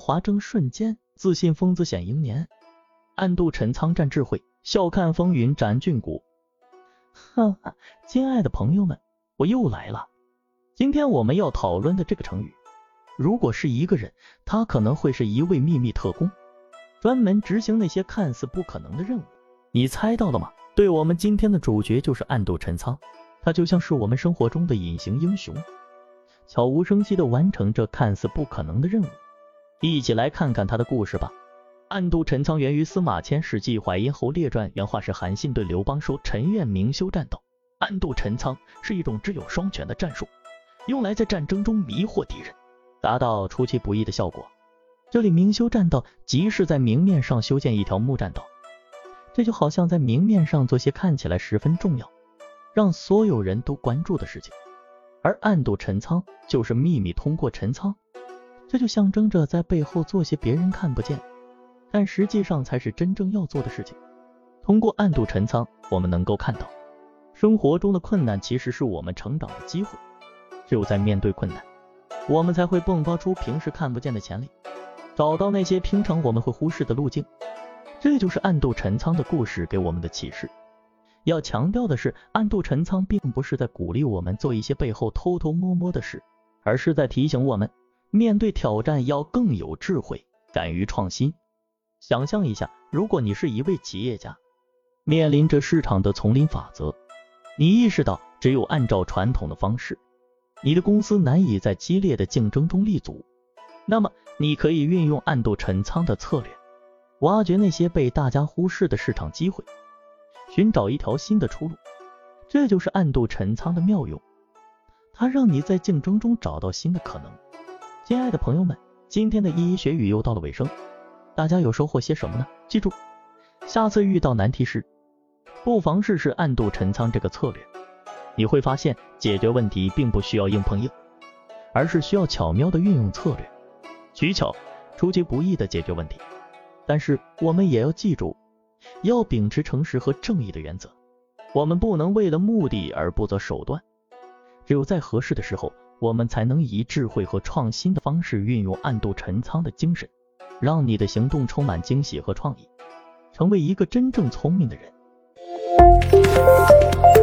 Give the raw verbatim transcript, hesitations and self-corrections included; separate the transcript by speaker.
Speaker 1: 华争瞬间，自信疯子显英年。暗度陈仓战智慧，笑看风云斩俊骨。哈哈，亲爱的朋友们，我又来了。今天我们要讨论的这个成语，如果是一个人，他可能会是一位秘密特工，专门执行那些看似不可能的任务。你猜到了吗？对，我们今天的主角就是暗度陈仓，他就像是我们生活中的隐形英雄，悄无声息地完成这看似不可能的任务。一起来看看他的故事吧。暗度陈仓源于司马迁《史记淮阴侯列传》，原话是韩信对刘邦说：“臣愿明修栈道。”暗度陈仓是一种只有双全的战术，用来在战争中迷惑敌人，达到出其不意的效果。这里明修栈道即是在明面上修建一条木栈道，这就好像在明面上做些看起来十分重要，让所有人都关注的事情。而暗度陈仓就是秘密通过陈仓，这就象征着在背后做些别人看不见，但实际上才是真正要做的事情。通过暗度陈仓，我们能够看到，生活中的困难其实是我们成长的机会。只有在面对困难，我们才会迸发出平时看不见的潜力，找到那些平常我们会忽视的路径。这就是暗度陈仓的故事给我们的启示。要强调的是，暗度陈仓并不是在鼓励我们做一些背后偷偷摸摸的事，而是在提醒我们，面对挑战要更有智慧，敢于创新。想象一下，如果你是一位企业家，面临着市场的丛林法则，你意识到只有按照传统的方式，你的公司难以在激烈的竞争中立足，那么你可以运用暗度陈仓的策略，挖掘那些被大家忽视的市场机会，寻找一条新的出路。这就是暗度陈仓的妙用，它让你在竞争中找到新的可能。亲爱的朋友们，今天的一一学语又到了尾声，大家有收获些什么呢？记住，下次遇到难题时，不妨试试暗度陈仓这个策略，你会发现解决问题并不需要硬碰硬，而是需要巧妙的运用策略，取巧出其不意的解决问题。但是我们也要记住，要秉持诚实和正义的原则，我们不能为了目的而不择手段。只有在合适的时候，我们才能以智慧和创新的方式运用暗度陈仓的精神，让你的行动充满惊喜和创意，成为一个真正聪明的人。